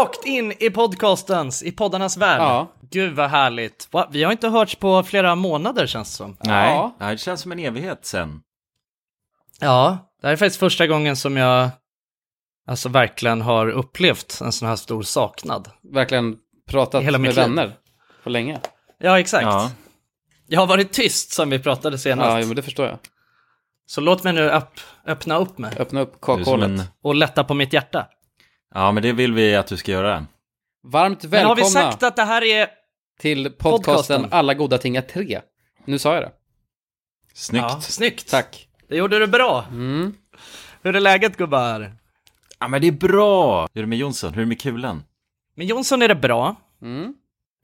rakt in i poddarnas värld. Ja. Gud vad härligt. Vi har inte hörts på flera månader, känns det som. Nej, Ja. det känns som en evighet sen. Ja, det här är faktiskt första gången som jag alltså verkligen har upplevt en sån här stor saknad. Verkligen pratat Hela med mitt liv. vänner på länge. Ja, exakt. Ja. Jag har varit tyst som vi pratade senast. Ja, men det förstår jag. Så låt mig nu öppna upp mig Öppna upp Du är som kakhålet. och lätta på mitt hjärta. Ja, men det vill vi att du ska göra. Varmt Men välkomna har vi sagt att det här är... till podcasten podcasten? Alla goda ting är 3. Nu sa jag det. Snyggt. Ja, snyggt. Tack. Det gjorde du bra. Mm. Hur är läget, gubbar? Ja, men det är bra. Hur är det med Jonsson? Hur är det med kulan? Med Jonsson är det bra. Mm.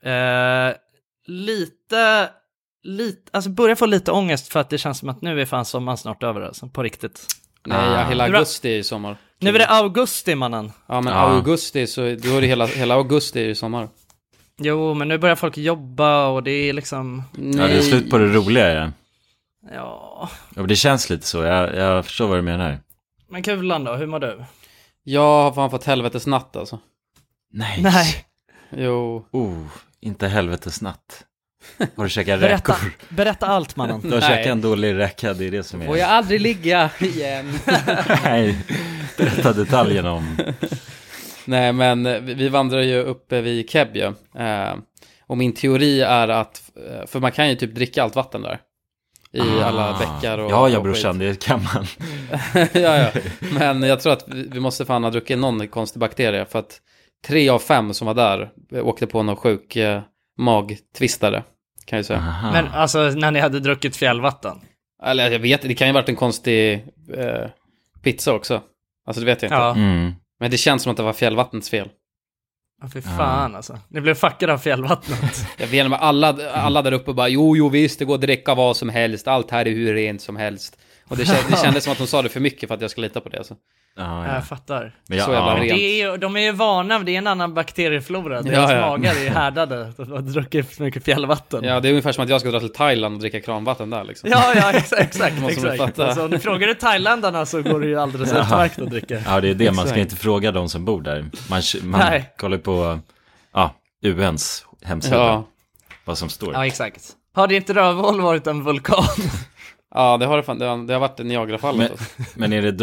Lite, alltså börjar få lite ångest för att det känns som att nu är fan sommaren snart över, alltså, på riktigt. Nej, hela Hur- augusti är i sommar. Nu är det augusti, mannen. Ja, men Ja. augusti, så då är det hela augusti är i sommar. Jo, men nu börjar folk jobba och det är liksom, Ja, det är slut på det roliga. Ja. ja. Ja, men det känns lite så. Jag förstår vad du menar. Men kulan då, hur mår du? Jag har fan fått helvetes natt alltså. Nej. Nej, Jo. Inte helvetesnatt. Har du käkat räkor? berätta allt, mannen. Du har Nej. käkat en dålig räka, det är det som är... Får jag aldrig ligga igen? Nej, berätta detaljerna om... Nej, men vi vandrar ju uppe vid Keb ju. Och min teori är att, för man kan ju typ dricka allt vatten där. I alla bäckar och... Ja, och brorsan, det kan man. ja. Men jag tror att vi måste fan ha druckit någon konstig bakterie. För att 3 av 5 som var där åkte på någon sjuk magtvistare, kan jag säga. Aha. Men alltså, när ni hade druckit fjällvatten. Eller jag vet, det kan ju ha varit en konstig pizza också. Alltså det vet jag inte. Ja, Mm. Men det känns som att det var fjällvattnets fel. ja fy fan alltså. Ni blev fuckade av fjällvattnet. Jag vet inte, alla där uppe bara jo visst, det går att dricka vad som helst. Allt här är hur rent som helst. Och det kändes som att de sa det för mycket för att jag ska lita på det alltså. Ja. Jag fattar. Men jag, Så jävla ja. rent. De är ju vana, det är en annan bakterieflora. Deras magar är härdade. De har druckit för mycket fjällvatten. Ja, det är ungefär som att jag ska dra till Thailand och dricka kranvatten där liksom. Ja, exakt. Måste man fatta. Alltså, om du frågar det thailändarna så går det ju alldeles utmärkt att dricka. Ja, det är det. Man ska Exakt. inte fråga de som bor där. Man Nej. kollar på UNs hemsida. Ja. Vad som står. Ja, exakt. Har det inte rövhål varit en vulkan? Ja, det har det fan. Det har varit en Niagarafallet. Men är det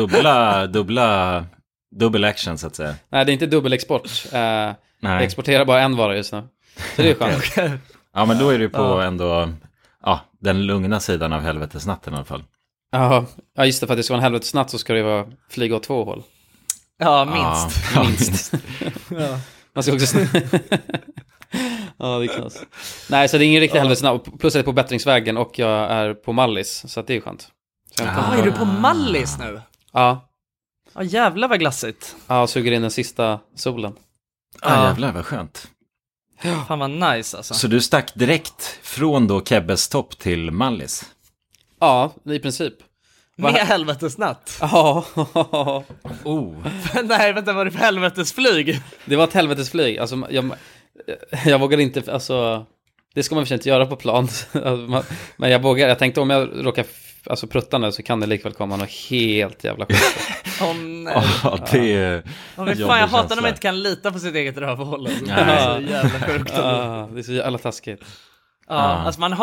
dubbel action så att säga? Nej, det är inte dubbelexport. Vi Nej. exporterar bara en vara just nu. Så det är skönt. Ja, men då är du på Ja. ändå den lugna sidan av helvetesnatten i alla fall. Ja, just det, för att det ska vara en helvetesnatt så ska det vara flyga åt 2 håll. Ja, minst. Ja, Minst. Ja. Man ska också... Ja, det är knas. Nej, så det är ingen riktig helvetesnatt. Plus jag är på bättringsvägen och jag är på Mallis. Så att det är skönt. Så jag Är du på Mallis nu? Ja, Ja, jävlar vad glassigt. suger in den sista solen. Ja. Jävlar vad skönt. Fan vad nice alltså. Så du stack direkt från då Kebbes topp till Mallis? Ja, i princip. Med helvetesnatt. Ja, Nej, vänta, var det för helvetesflyg? det var ett helvetesflyg. Alltså, jag vågade inte, alltså, det ska man för sig inte göra på plan. Men jag tänkte om jag råkar prutta nu så kan det likväl komma något helt jävla sjukt. Åh nej. Ja, det är... Fan, jag hatar när man inte kan lita på sitt eget rövhål. Alltså. Det är så jävla sjukt. Det är så jävla taskigt. Ja, alltså man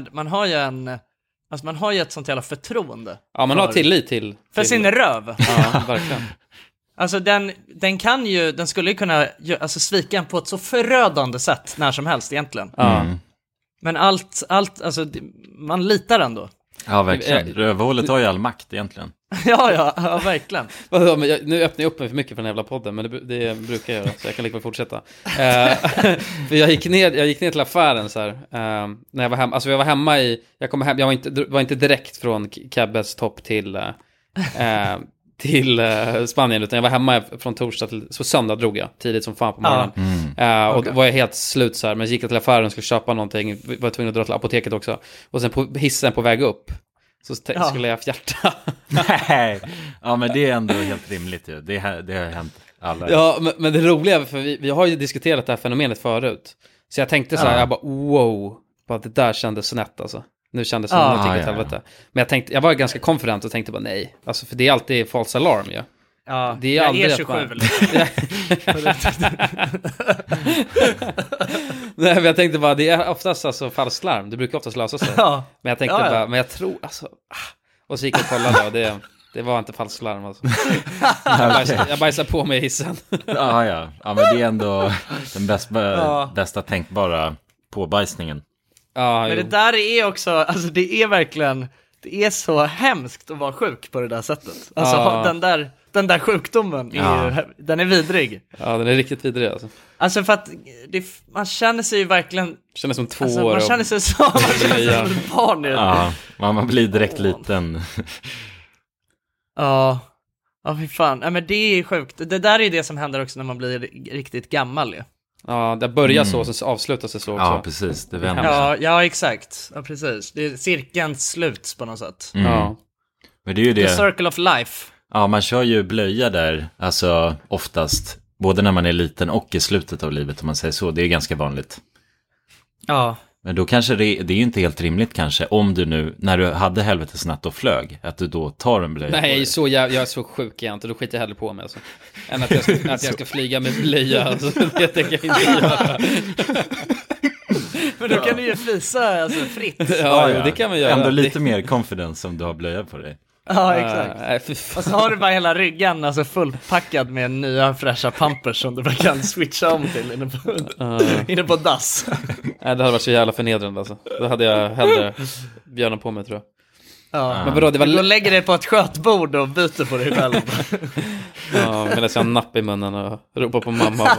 har ju ett sånt jävla förtroende. Ja, man har tillit till sin röv. Ja, verkligen. Alltså den skulle ju kunna svika en på ett så förödande sätt när som helst egentligen. Ja. Men allt alltså man litar ändå. Ja, verkligen. Rövhålet har ju all makt egentligen. Ja, verkligen. Vadå, men nu öppnar jag upp mig för mycket för den jävla podden, men det brukar jag göra, så jag kan likväl fortsätta. För jag gick ner till affären så här, när jag var hemma. Alltså jag var hemma jag var inte direkt från Kebbes topp till Spanien, utan jag var hemma från torsdag till söndag drog jag tidigt som fan på morgonen. Och då var jag helt slut så här, men gick jag till affären och skulle köpa någonting, var tvungen att dra till apoteket också. Och sen på hissen på väg upp så skulle jag fjärta. Nej, ja, men det är ändå helt rimligt ju. Det har hänt alla. Ja, men det roliga, för vi har ju diskuterat det här fenomenet förut. Så jag tänkte så här, jag bara wow, det där kändes snett alltså. Nu kändes det som något helvete. Men jag var ganska confident och tänkte bara nej. Alltså, för det är alltid false alarm ju. Ja, Det är jag aldrig är att 27 man- liksom. Nej, men jag tänkte bara, det är oftast alltså falsklarm. Det brukar oftast lösa sig. Ja. Men jag tänkte Ja, ja. bara, men jag tror, alltså... Och så gick jag och kollade och det var inte falsklarm alltså. Jag bajsade på mig i hissen. Ja, men det är ändå den bästa tänkbara påbajsningen. Ja, Men jo. det där är också, alltså det är verkligen, det är så hemskt att vara sjuk på det där sättet. Alltså Ja. den där sjukdomen, den är vidrig. Ja, den är riktigt vidrig alltså. Alltså för att man känner sig ju verkligen, Känns som 2 alltså, år. man känner sig som ett barn nu. Ja, man blir direkt liten. Ja, fy fan. Ja, men det är sjukt. Det där är ju det som händer också när man blir riktigt gammal ju. Ja, det börjar så och sen avslutar sig så också. Ja, precis. Det vänder. Ja, exakt. Ja, precis. Det är cirkeln sluts på något sätt. Ja. Men det är ju The det. circle of life. Ja, man kör ju blöja där, alltså oftast, både när man är liten och i slutet av livet, om man säger så. Det är ganska vanligt. Ja. Men då kanske det är ju inte helt rimligt kanske, om du nu, när du hade helvetesnatt och flög, att du då tar en blöja. Nej, jag är så sjuk jag inte. Då skiter jag hellre på mig alltså. Än att jag ska flyga med blöja. Alltså, det tänker jag inte göra. Men då kan du ju fisa alltså, fritt. Ja, det kan man göra. Ändå lite mer confidence om du har blöja på dig. Ja, exakt. Nej, fy fan. Och så har du bara hela ryggen alltså fullpackad med nya fräscha pampers som du bara kan switcha om till inne på dass. Nej, det hade varit så jävla förnedrande alltså. Då hade jag hellre björnat på mig tror jag. Ja. Men vadå, det var Du lägger dig på ett skötbord och byter på dig själv. Ja, medan jag har en napp i munnen och ropar på mamma.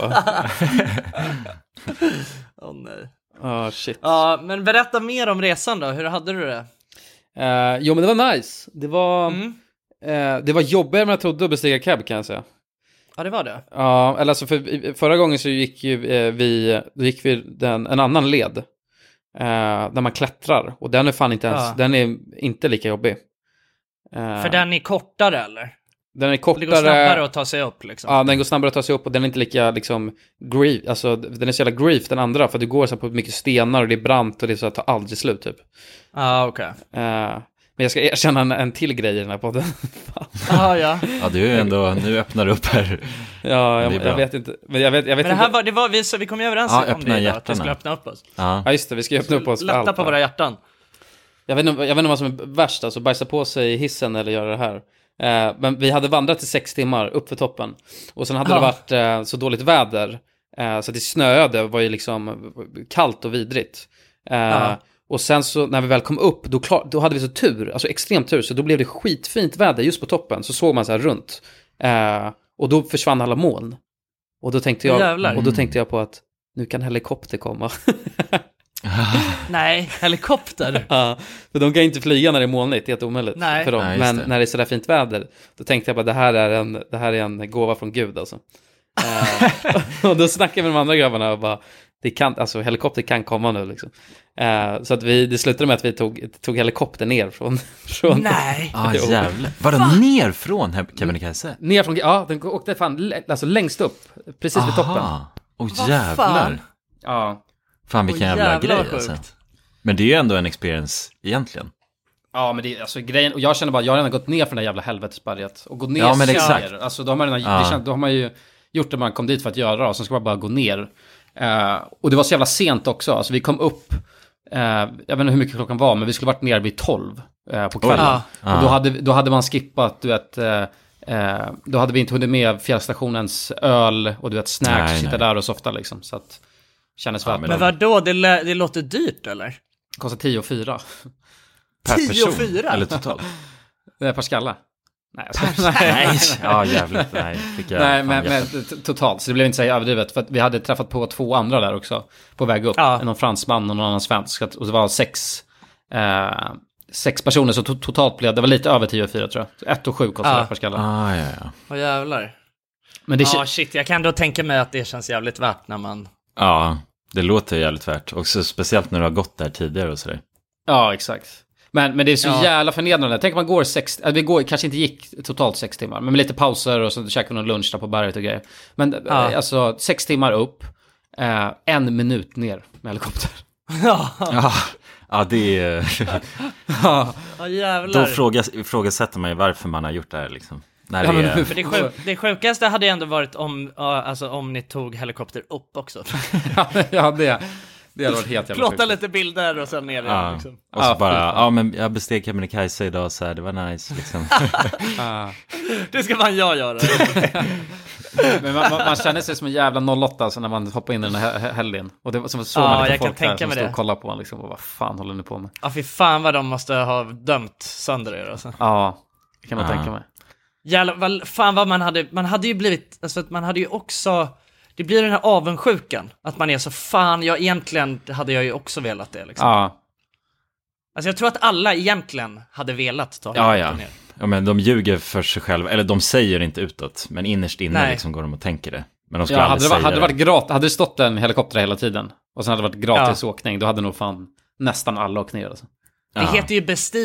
Åh nej. Shit. Ja, men berätta mer om resan då. Hur hade du det? Jo, men det var nice. Det var jobbigare än jag trodde att bestiga cab kan jag säga. Ja, det var det. Ja, eller alltså förra gången så gick ju då gick vi en annan led. Där man klättrar. Och den är fan inte ens, den är inte lika jobbig. För den är kortare eller? Den är kortare. Det går snabbare att ta sig upp liksom. Ja, den går snabbare att ta sig upp och den är inte lika liksom grief, alltså den är så jävla grief den andra för du går så på mycket stenar och det är brant och det är så att det tar aldrig slut typ. Ja, okej. Men jag ska erkänna en till grej i den här podden. Ja. Ja, du är ändå, nu öppnar du upp här. Ja, Det är bra. jag vet inte. Men jag vet Men det inte. här var vi kom ju överens Ja, om öppna det idag, att vi hjärtan. skulle öppna upp oss. Ja. Ja, just det, vi ska ju öppna upp oss för Lätta allt på här. våra hjärtan. Jag vet inte vad som är värst, alltså bajsa på sig i hissen eller göra det här. Men vi hade vandrat i 6 timmar upp för toppen. Och sen hade det varit så dåligt väder. Så att det snöade var ju liksom kallt och vidrigt. Och sen så när vi väl kom upp, då hade vi så tur, alltså extremt tur. Så då blev det skitfint väder just på toppen. Så såg man så här runt. Och då försvann alla moln. Och då tänkte jag på att nu kan helikopter komma. Nej, helikopter. Ja, för de kan inte flyga när det är molnigt, det är helt omöjligt för dem. Nej, men det. när det är sådär fint väder, då tänkte jag bara det här är en gåva från Gud alltså. Och då snackade jag med de andra grabbarna och bara helikopter kan komma nu liksom. Så att det slutade med att vi tog helikopter ner från Nej. Jävlar. Vadå ner från Kebnekaise? ner från, ja, den åkte fan alltså längst upp, precis vid toppen. Jävlar. fan? Ja. Fan vilken jävla jävlar grej vad alltså. sjukt. Men det är ju ändå en experience egentligen. Ja, men det är alltså grejen, och jag känner bara, jag har redan gått ner från det jävla helvetesberget och gått ner Ja, men så exakt. ner. Alltså då har man ju gjort det man kom dit för att göra och sen ska man bara gå ner. Och det var så jävla sent också, alltså vi kom upp, jag vet inte hur mycket klockan var, men vi skulle varit ner vid 12 på kvällen. Och då hade man skippat, du vet, då hade vi inte hunnit med fjällstationens öl och du vet, snacks, sitta där och softa liksom, så att kändes värt. Men vadå, det låter dyrt eller? Kostar 10 och 4. Per 10 person? och 4? Eller totalt? Per skalla. Nej, Nej, ja jävligt. Nej, fick jag nej men totalt, så det blev inte så överdrivet. För att vi hade träffat på 2 andra där också på väg upp. Någon fransman och någon annan svensk. Och det var 6 personer, så totalt blev det var lite över 10 och 4 tror jag. 1 och 7 kostade per skalla. Ja. Åh jävlar. Men det shit, jag kan då tänka mig att det känns jävligt värt när man... Ja, det låter jävligt värt. Också speciellt när du har gått där tidigare och sådär. Ja, exakt. Men det är så jävla förnedrande. Tänk om man går kanske inte gick totalt 6 timmar, men med lite pauser och så käkar vi någon lunch där på berget och grejer. Men alltså 6 timmar upp, 1 minut ner med helikopter. Ja, det är... Ja, jävlar. Då ifrågasätter man ju varför man har gjort det här liksom. När Ja, det men är... För det sjukaste hade ju ändå varit om ni tog helikopter upp också. Ja, det hade varit helt jävla Plåta sjukt. lite bilder och sen ner igen Ja. liksom. Och så bara, fan. ja men jag besteg Kebnekaise idag så här, det var nice liksom. Det ska man göra. Men man känner sig som en jävla 08 alltså, när man hoppar in i den här helgen. Och det var som så man jag lite kan folk där tänka som mig stod det. och kollade på en liksom, och vad fan håller ni på med? Ja, fy fan vad de måste ha dömt sönder er alltså. Ja, det kan man tänka mig. Jävlar, fan vad man hade ju blivit, alltså att man hade ju också, det blir den här avundsjukan, att man är så fan, egentligen hade jag ju också velat det liksom. Ja. Alltså jag tror att alla egentligen hade velat ta Ja, helikoptern ner. Ja, men de ljuger för sig själva, eller de säger inte utåt, men innerst inne Nej. liksom går de och tänker det. Men de skulle Ja, aldrig säga hade det det. varit gratis, hade det stått en helikopter hela tiden och sen hade det varit gratis åkning, då hade nog fan nästan alla åkt ner alltså. Det heter ju besti.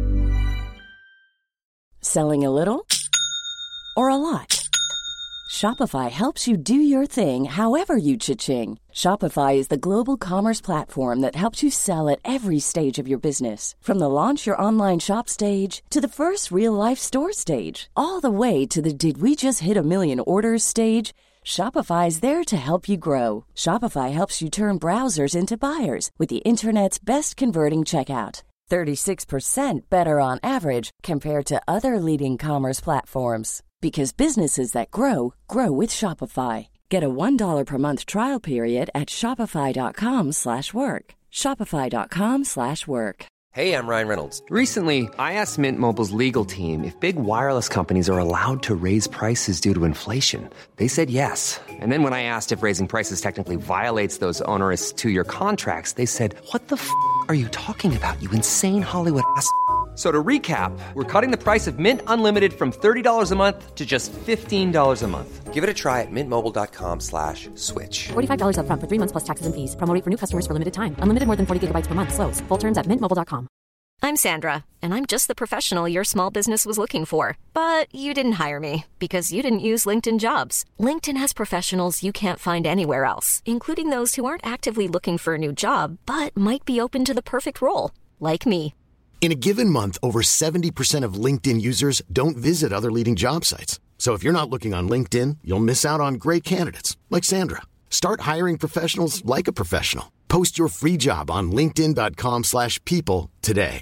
Selling a little or a lot? Shopify helps you do your thing however you cha-ching. Shopify is the global commerce platform that helps you sell at every stage of your business. From the launch your online shop stage to the first real-life store stage, all the way to the did we just hit a million orders stage. Shopify is there to help you grow. Shopify helps you turn browsers into buyers with the internet's best converting checkout. 36% better on average compared to other leading commerce platforms. Because businesses that grow, grow with Shopify. Get a $1 per month trial period at shopify.com/work. Shopify.com/work. Hey, I'm Ryan Reynolds. Recently, I asked Mint Mobile's legal team if big wireless companies are allowed to raise prices due to inflation. They said yes. And then when I asked if raising prices technically violates those onerous two-year contracts, they said, "What the f*** are you talking about, you insane Hollywood ass?" So to recap, we're cutting the price of Mint Unlimited from $30 a month to just $15 a month. Give it a try at mintmobile.com/switch. $45 up front for 3 months plus taxes and fees. Promo rate for new customers for limited time. Unlimited more than 40 gigabytes per month slows. Full terms at mintmobile.com. I'm Sandra, and I'm just the professional your small business was looking for. But you didn't hire me because you didn't use LinkedIn Jobs. LinkedIn has professionals you can't find anywhere else, including those who aren't actively looking for a new job, but might be open to the perfect role, like me. In a given month, over 70% of LinkedIn users don't visit other leading job sites. So if you're not looking on LinkedIn, you'll miss out on great candidates like Sandra. Start hiring professionals like a professional. Post your free job on linkedin.com/people today.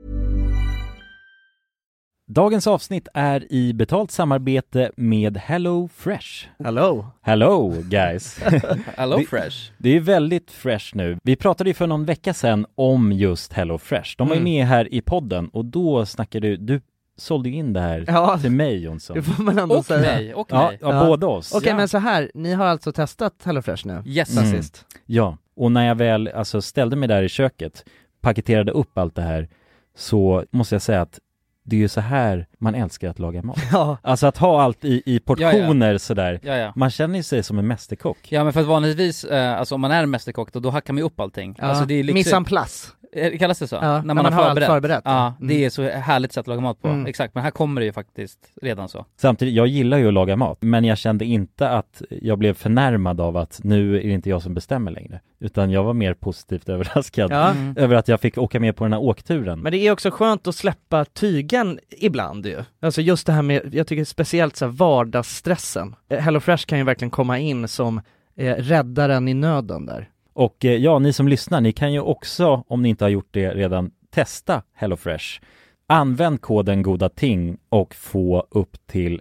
Dagens avsnitt är i betalt samarbete med Hello Fresh. Hello guys. Hello Fresh. Det är väldigt fresh nu. Vi pratade ju för någon vecka sedan om just Hello Fresh. De var ju med här i podden och då snackade du sålde in det här till mig, Jonsson. Det får man ändå säga. Mig. Ja, båda oss. Okej, men så här, ni har alltså testat HelloFresh nu? Yes. Sist. Ja, och när jag väl ställde mig där i köket, paketerade upp allt det här, så måste jag säga att det är ju så här man älskar att laga mat. Ja. Alltså att ha allt i portioner sådär. Ja. Man känner sig som en mästerkock. Ja, men för att vanligtvis, alltså om man är en mästerkock då hackar man ju upp allting. Ja. Alltså det är liksom... Mise en place. Kallas det så? Ja, när man har förberett. Ja, det är så härligt sätt att laga mat på. Exakt, men här kommer det ju faktiskt redan så. Samtidigt, jag gillar ju att laga mat, men jag kände inte att jag blev förnärmad av att nu är det inte jag som bestämmer längre. Utan jag var mer positivt överraskad över att jag fick åka med på den här åkturen. Men det är också skönt att släppa tygen ibland ju. Alltså just det här med, jag tycker speciellt så här vardagsstressen. HelloFresh kan ju verkligen komma in som räddaren i nöden där. Och ja, ni som lyssnar, ni kan ju också, om ni inte har gjort det redan, testa HelloFresh. Använd koden GODATING och få upp till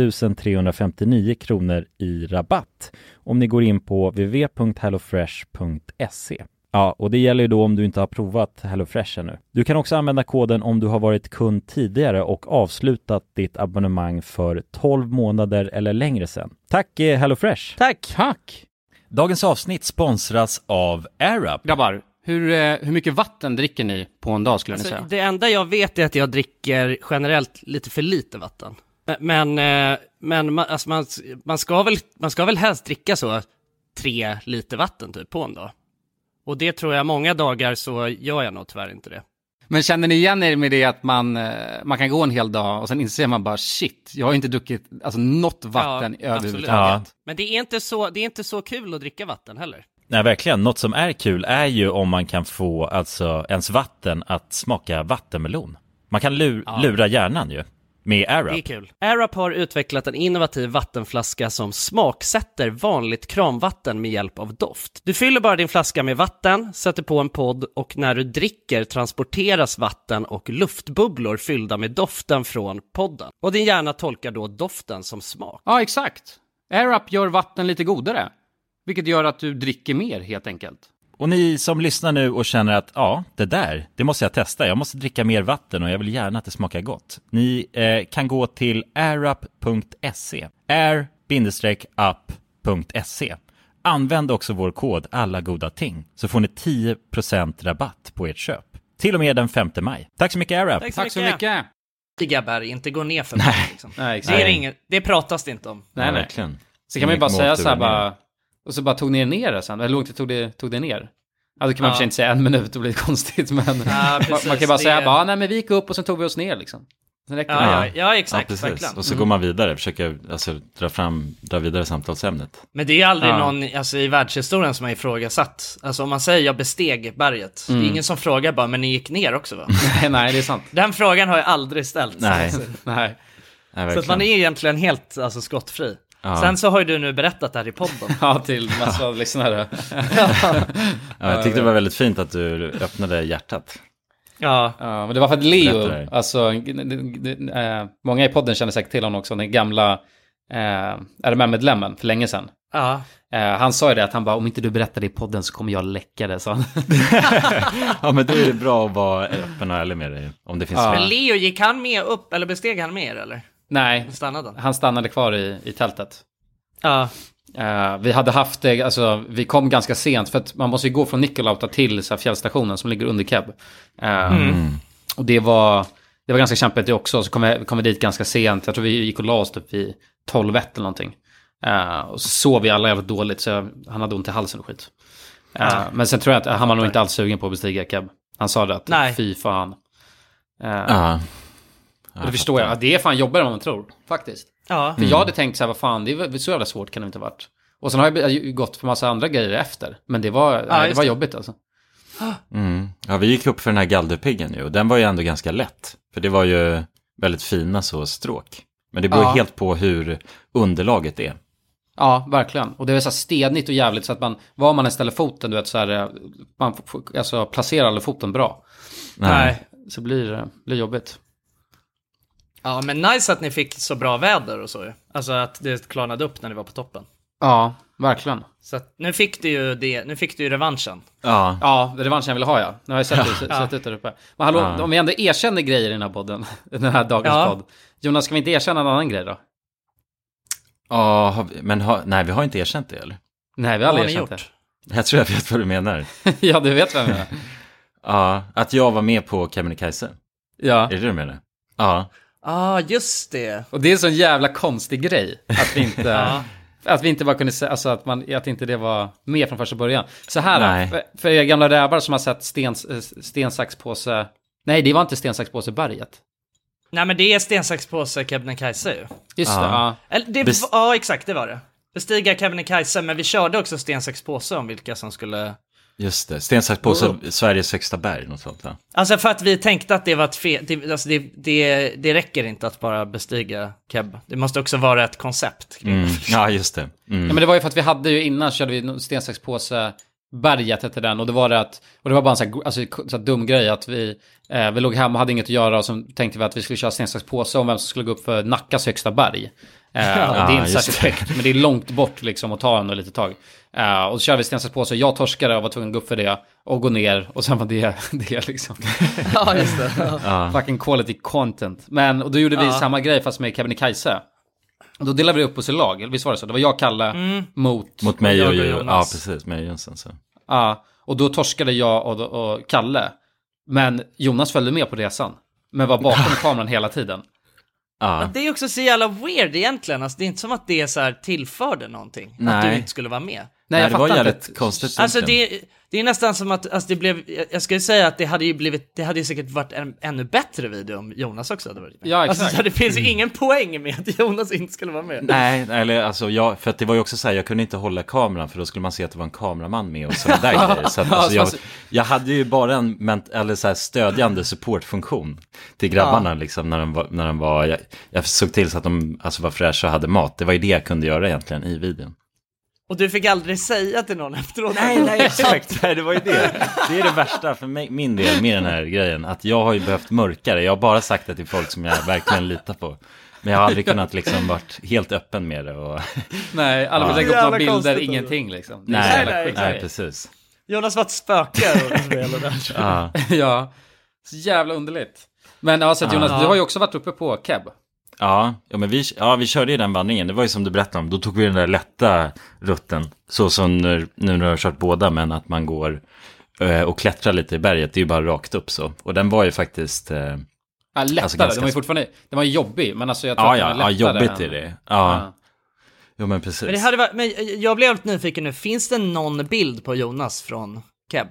1359 kronor i rabatt om ni går in på www.hellofresh.se. Ja, och det gäller ju då om du inte har provat HelloFresh ännu. Du kan också använda koden om du har varit kund tidigare och avslutat ditt abonnemang för 12 månader eller längre sedan. Tack HelloFresh! Tack! Dagens avsnitt sponsras av AirUp. Grabbar, hur mycket vatten dricker ni på en dag skulle ni säga? Det enda jag vet är att jag dricker generellt lite för lite vatten. Men man ska väl helst dricka så 3 liter vatten typ på en dag. Och det tror jag många dagar så gör jag nog tyvärr inte det. Men känner ni igen er med det att man kan gå en hel dag och sen inser man bara shit, jag har inte druckit alltså något vatten överhuvudtaget. Ja. Men det är inte så kul att dricka vatten heller. Nej, verkligen. Något som är kul är ju om man kan få alltså ens vatten att smaka vattenmelon. Man kan lura hjärnan ju med AirUp. Det är kul. AirUp har utvecklat en innovativ vattenflaska som smaksätter vanligt kranvatten med hjälp av doft. Du fyller bara din flaska med vatten, sätter på en podd och när du dricker transporteras vatten och luftbubblor fyllda med doften från podden. Och din hjärna tolkar då doften som smak. Ja, exakt. AirUp gör vatten lite godare, vilket gör att du dricker mer helt enkelt. Och ni som lyssnar nu och känner att det måste jag testa. Jag måste dricka mer vatten och jag vill gärna att det smakar gott. Ni kan gå till airup.se. air-up.se. Använd också vår kod alla goda ting så får ni 10% rabatt på ert köp. Till och med den 5 maj. Tack så mycket AirUp. Tack så mycket. Berg, inte gå ner för mig. Liksom. Nej, det är inget, det pratas det inte om. Nej. Verkligen. Så kan man ju bara säga så här bara, och så bara tog ner det sen. Hur långt tog det ner? Ja, det kan man för sig inte säga 1 minut, det blir lite konstigt. Men man kan bara säga, nej men vi gick upp och sen tog vi oss ner liksom. Ja, exakt. Verkligen. Och så går man vidare, försöker dra vidare samtalsämnet. Men det är aldrig någon i världshistorien som har ifrågasatt. Alltså om man säger jag besteg berget, det är ingen som frågar bara, men ni gick ner också va? Nej, det är sant. Den frågan har jag aldrig ställt. Nej. Nej, så att man är egentligen helt skottfri. Sen så har ju du nu berättat det här i podden. Ja, till massor av lyssnare. Jag tyckte det var väldigt fint att du öppnade hjärtat. Ja, men det var för att Leo, alltså många i podden känner säkert till honom också, den gamla RMM-medlemmen för länge sedan. Ja. Han sa ju det att han bara, om inte du berättar det i podden så kommer jag läcka det, så. Ja, men då är det bra att vara öppen och ärlig med dig om det finns. Men Leo, gick han med upp eller besteg han med eller? Nej, han stannade kvar i tältet. Ja. Vi hade haft det, alltså vi kom ganska sent för att man måste ju gå från Nikkaluokta till så här, fjällstationen som ligger under Keb. Och det var ganska kämpigt det också, så kom vi dit ganska sent. Jag tror vi gick och la oss typ vid 12 eller någonting. Och så sov vi alla jävligt dåligt, så han hade ont i halsen och skit. Men sen tror jag att han var nog inte alls sugen på att bestiga Keb. Han sa det att fy fan. Och det förstår jag, det är fan jobbigare än vad man tror, faktiskt. Ja. För jag hade tänkt så här, vad fan, det är så jävla svårt kan det inte ha varit. Och sen har jag ju gått för massa andra grejer efter. Men det var jobbigt alltså. Ja, vi gick upp för den här Galdhöpiggen ju. Och den var ju ändå ganska lätt. För det var ju väldigt fina så stråk. Men det beror helt på hur underlaget är. Ja, verkligen. Och det är så här stenigt och jävligt så att var man än ställer foten, du vet så här, man alltså placerar alla foten bra. Nej. Så blir det jobbigt. Ja, men nice att ni fick så bra väder och så. Alltså att det klarnade upp när ni var på toppen. Ja, verkligen. Så att nu fick du ju revanschen. Ja, det är revanschen jag vill ha, ja. Nu har jag sett ut där uppe. Men hallå, om vi ändå erkänner grejer i den här podden, den här dagens podd. Jonas, ska vi inte erkänna en annan grej då? Ja, men nej, vi har inte erkänt det, eller? Nej, vi har aldrig erkänt det. Jag tror jag vet vad du menar. Ja, du vet vad jag menar. Ja, att jag var med på Kebnekaise. Ja. Är det du menar? Ja. Ja, just det. Och det är en sån jävla konstig grej att vi inte att vi inte bara kunde säga, alltså att inte det var med från första början. Så här för er gamla rävar som har sett sten, sax, påse. Nej, det var inte sten, sax, påse berget. Nej, men det är sten, sax, påse Kebnekaise ju. Just det. Ja. Ja, exakt, det var det. Bestiga Kebnekaise, men vi körde också sten, sax, påse om vilka som skulle. Just det, sten, sax, påse, Sveriges högsta berg, något sånt, va? Alltså för att vi tänkte att det var ett fel, det räcker inte att bara bestiga Keb. Det måste också vara ett koncept kring det. Ja, just det. Ja, men det var ju för att vi hade ju innan körde vi sten, sax, påse berget hette den, och det var bara en sån här dum grej att vi låg hemma och hade inget att göra, och så tänkte vi att vi skulle köra sten, sax, påse om vem som skulle gå upp för Nackas högsta berg. Det är inte särskilt högt, men det är långt bort liksom att ta en lite tag. Och så körde vi sten, sax, påse, jag torskade och var tvungen att gå upp för det och gå ner, och sen var det liksom. Ja, just det. Fucking quality content. Men, och då gjorde vi samma grej fast med Kebnekaise. Och då delade vi upp oss i lag, visst var det så? Det var jag, Kalle, mot mig och Jonas. Ja, precis, mig och Jönsson. Så. Ja, och då torskade jag och Kalle. Men Jonas följde med på resan. Men var bakom kameran hela tiden. Ja. Det är också så jävla weird egentligen. Alltså, det är inte som att det så här tillförde någonting. Nej. Att du inte skulle vara med. Nej, jag det var fattar jävligt inte. konstigt. Alltså det är nästan som att alltså det blev, jag skulle säga att det hade ju säkert varit en ännu bättre video om Jonas också hade varit med. Ja, exakt. Alltså, så det finns ju ingen poäng med att Jonas inte skulle vara med. Nej, eller alltså för att det var ju också så här, jag kunde inte hålla kameran för då skulle man se att det var en kameraman med och sådana där grejer. Så att, alltså, jag hade ju bara en så här stödjande supportfunktion till grabbarna liksom när de var jag såg till så att de alltså var fräscha och hade mat. Det var ju det jag kunde göra egentligen i videon. Och du fick aldrig säga till någon efteråt. Nej, exakt. Det var ju det. Det är det värsta för mig, min del med den här grejen. Att jag har ju behövt mörkare. Jag har bara sagt det till folk som jag verkligen litar på. Men jag har aldrig kunnat liksom varit helt öppen med det. Och... Nej, alla vill lägga upp några bilder, ingenting liksom. Nej, precis. Jonas var ett spöke. Ja, så jävla underligt. Men alltså Jonas, du har ju också varit uppe på Keb. Ja, men vi körde ju den vandringen. Det var ju som du berättade om. Då tog vi den där lätta rutten. Så som nu när du har kört båda, men att man går och klättrar lite i berget. Det är ju bara rakt upp så. Och den var ju faktiskt... Ja, lättare. Alltså den var ju fortfarande... Den var jobbig, men alltså jag tror att den var lättare. Ja, jobbigt är det. Ja. Jo, men precis. Men, men jag blev lite nyfiken nu. Finns det någon bild på Jonas från Keb?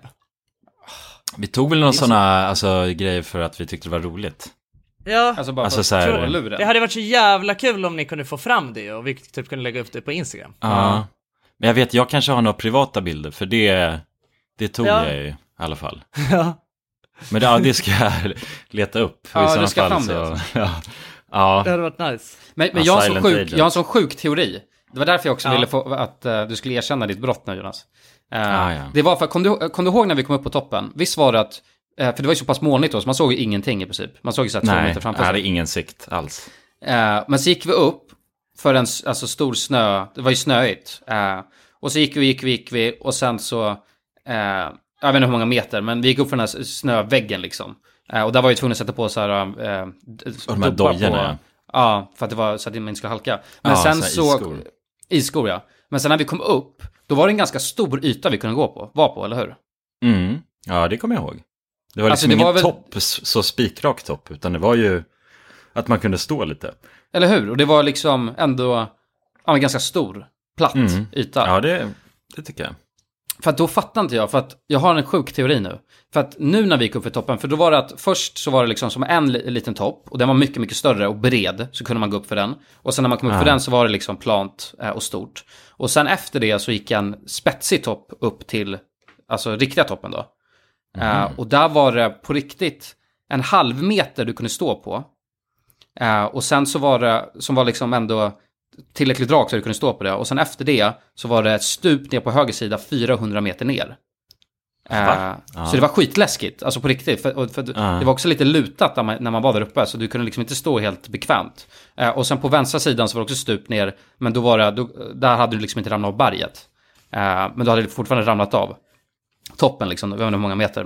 Vi tog väl någon sådana grejer för att vi tyckte det var roligt. Ja, alltså bara alltså, så här, det hade varit så jävla kul om ni kunde få fram det och vi typ kunde lägga upp det på Instagram. Ja, men jag vet, jag kanske har några privata bilder, för det tog jag ju i alla fall. Ja. Men det ska jag leta upp. Ja, du ska fram det alltså. Ja. Det hade varit nice. Men jag har en sån sjuk teori. Det var därför jag också ville få att du skulle erkänna ditt brott nu, Jonas. Det var för, kom du ihåg när vi kom upp på toppen? Visst var det att, för det var ju så pass molnigt då, så man såg ju ingenting i princip. Man såg ju så här 2 meter framför sig. Nej, det hade ingen sikt alls. Men så gick vi upp för en stor snö, det var ju snöigt. Och så gick vi och sen så, jag vet inte hur många meter, men vi gick upp för den här snöväggen liksom. Och där var jag tvungen att sätta på så här de här dojorna. Ja, för att det var så att man inte skulle halka. Men sen så isskor, ja. Men sen när vi kom upp, då var det en ganska stor yta vi kunde var på, eller hur? Mm. Ja, det kommer jag ihåg. Det var liksom ingen topp, så spikrak topp, utan det var ju att man kunde stå lite. Eller hur? Och det var liksom ändå en ganska stor, platt yta. Ja, det tycker jag. För att då fattar inte jag, för att jag har en sjuk teori nu. För att nu när vi gick upp för toppen, för då var det att först så var det liksom som en liten topp, och den var mycket, mycket större och bred, så kunde man gå upp för den. Och sen när man kom upp för den så var det liksom plant och stort. Och sen efter det så gick en spetsig topp upp till, alltså riktiga toppen då. Och där var det på riktigt en halv meter du kunde stå på. Och sen så var det, som var liksom ändå tillräckligt rakt så du kunde stå på det. Och sen efter det så var det ett stup ner på höger sida 400 meter ner. Så det var skitläskigt, alltså på riktigt. För det var också lite lutat när man var där uppe, så du kunde liksom inte stå helt bekvämt. Och sen på vänstra sidan så var det också stup ner, men då var det, där hade du liksom inte ramlat av berget. Men då hade det fortfarande ramlat av toppen liksom, jag vet inte hur många meter.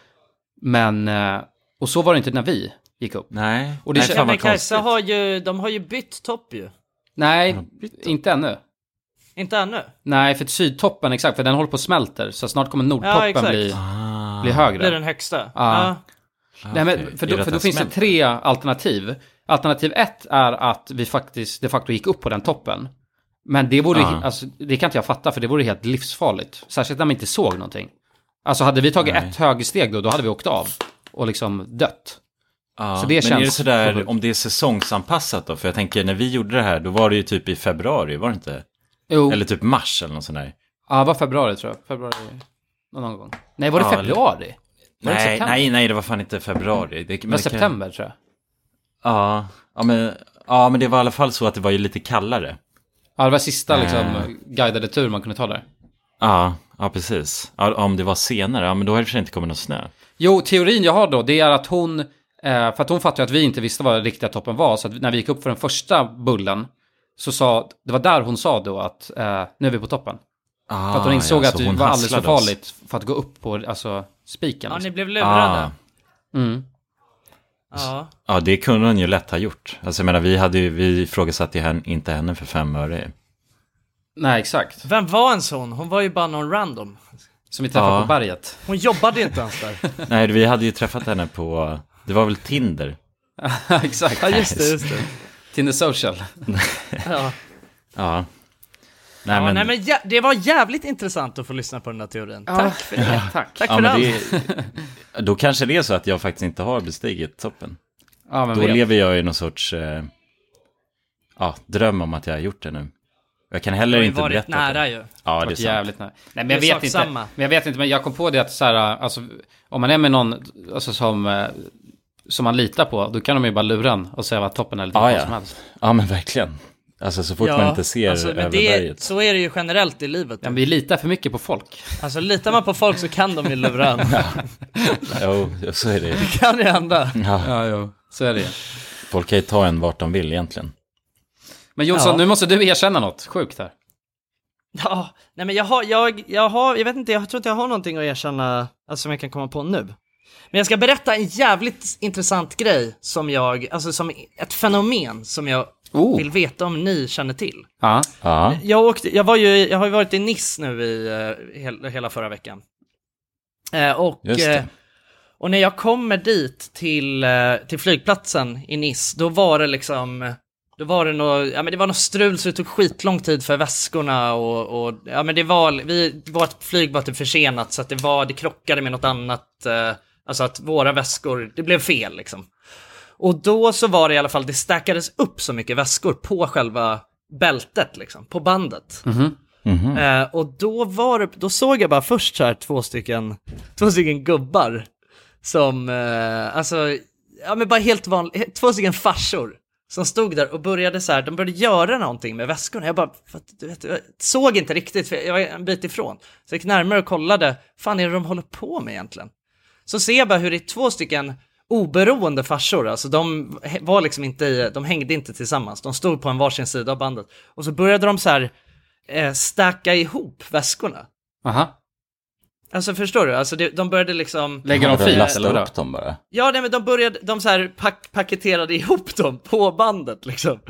Men och så var det inte när vi gick upp. Nej, och det men Kajsa de har ju bytt topp ju. Nej, inte ännu. Inte ännu? Nej, för sydtoppen, exakt, för den håller på att smälter. Så snart kommer nordtoppen bli högre. Det är den högsta. Nej, men för då finns det 3 alternativ. Alternativ 1 är att vi faktiskt de facto gick upp på den toppen. Men det vore alltså, det kan inte jag fatta, för det vore helt livsfarligt. Särskilt när man inte såg någonting. Alltså hade vi tagit ett högersteg då hade vi åkt av och liksom dött. Så det känns... Men är det sådär, om det är säsongsanpassat då? För jag tänker, när vi gjorde det här, då var det ju typ i februari, var det inte? Jo. Eller typ mars eller något sånt där. Ja, det var februari tror jag. Februari någon gång. Nej, var det februari? Var det nej, det var fan inte februari. Det var september tror jag. Ja, men det var i alla fall så att det var ju lite kallare. Ja, det var sista liksom guidade tur man kunde ta där. Ja, precis. Ja, om det var senare, men då har det inte kommit någon snö. Jo, teorin jag har då, det är att hon... för att hon fattade att vi inte visste vad riktiga toppen var. Så att när vi gick upp för den första bullen så det var där hon sa då att nu är vi på toppen. För att hon insåg att det var alldeles för farligt för att gå upp på spiken. Ja, liksom. ni blev lurade. Ja, det kunde hon ju lätt ha gjort. Alltså jag menar, vi ifrågasatte inte henne för 5 öre. Nej, exakt. Vem var ens hon? Hon var ju bara någon random. Som vi träffade på berget. Hon jobbade inte ens där. Nej, vi hade ju träffat henne på... Det var väl Tinder? Exakt. Ja, just det. Tinder social. Ja. Nej, men det var jävligt intressant att få lyssna på den här teorin. Tack för det. Tack för det. Då kanske det är så att jag faktiskt inte har bestigit toppen. Ja, men då lever jag i någon sorts dröm om att jag har gjort det nu. Jag kan heller inte berätta nära det. Ju. Ja, det är jävligt nära. Nej, men jag vet inte, men jag kom på det att så här, alltså, om man är med någon alltså, som man litar på, då kan de ju bara lura en och säga vad toppen är lite vad som helst. Ja, men verkligen. Alltså så fort man inte ser över berget. Så är det ju generellt i livet. Ja, vi litar för mycket på folk. Alltså litar man på folk så kan de ju lura en. Jo, så är det. Det kan ju hända. Ja, så är det. Folk kan ju ta en vart de vill egentligen. Men Jonsson, nu måste du erkänna något sjukt här. Ja, nej men jag vet inte, jag tror inte jag har någonting att erkänna alltså, som jag kan komma på nu. Men jag ska berätta en jävligt intressant grej som som ett fenomen som jag vill veta om ni känner till. Ja. Jag har ju varit i Nice nu i hela förra veckan. Och när jag kommer dit till flygplatsen i Nice, då var det liksom... det var något strul så det tog skitlång tid för väskorna och vårt flyg var typ försenat så att det krockade med något annat, alltså att våra väskor, det blev fel liksom. Och då så var det i alla fall, det stackades upp så mycket väskor på själva bältet liksom, på bandet. Och då såg jag bara först så här två stycken gubbar som, bara helt vanliga, två stycken farsor som stod där och började så här, de började göra någonting med väskorna. Jag bara, jag såg inte riktigt, för jag var en bit ifrån. Så jag gick närmare och kollade, fan är det de håller på med egentligen? Så ser jag bara hur det är två stycken oberoende farsor, alltså de var liksom inte, de hängde inte tillsammans. De stod på en varsin sida av bandet. Och så började de så här stacka ihop väskorna. Aha. Alltså förstår du? Alltså de började liksom... Lägger de fil eller upp dem bara? Ja, nej, men de så här paketerade ihop dem på bandet liksom.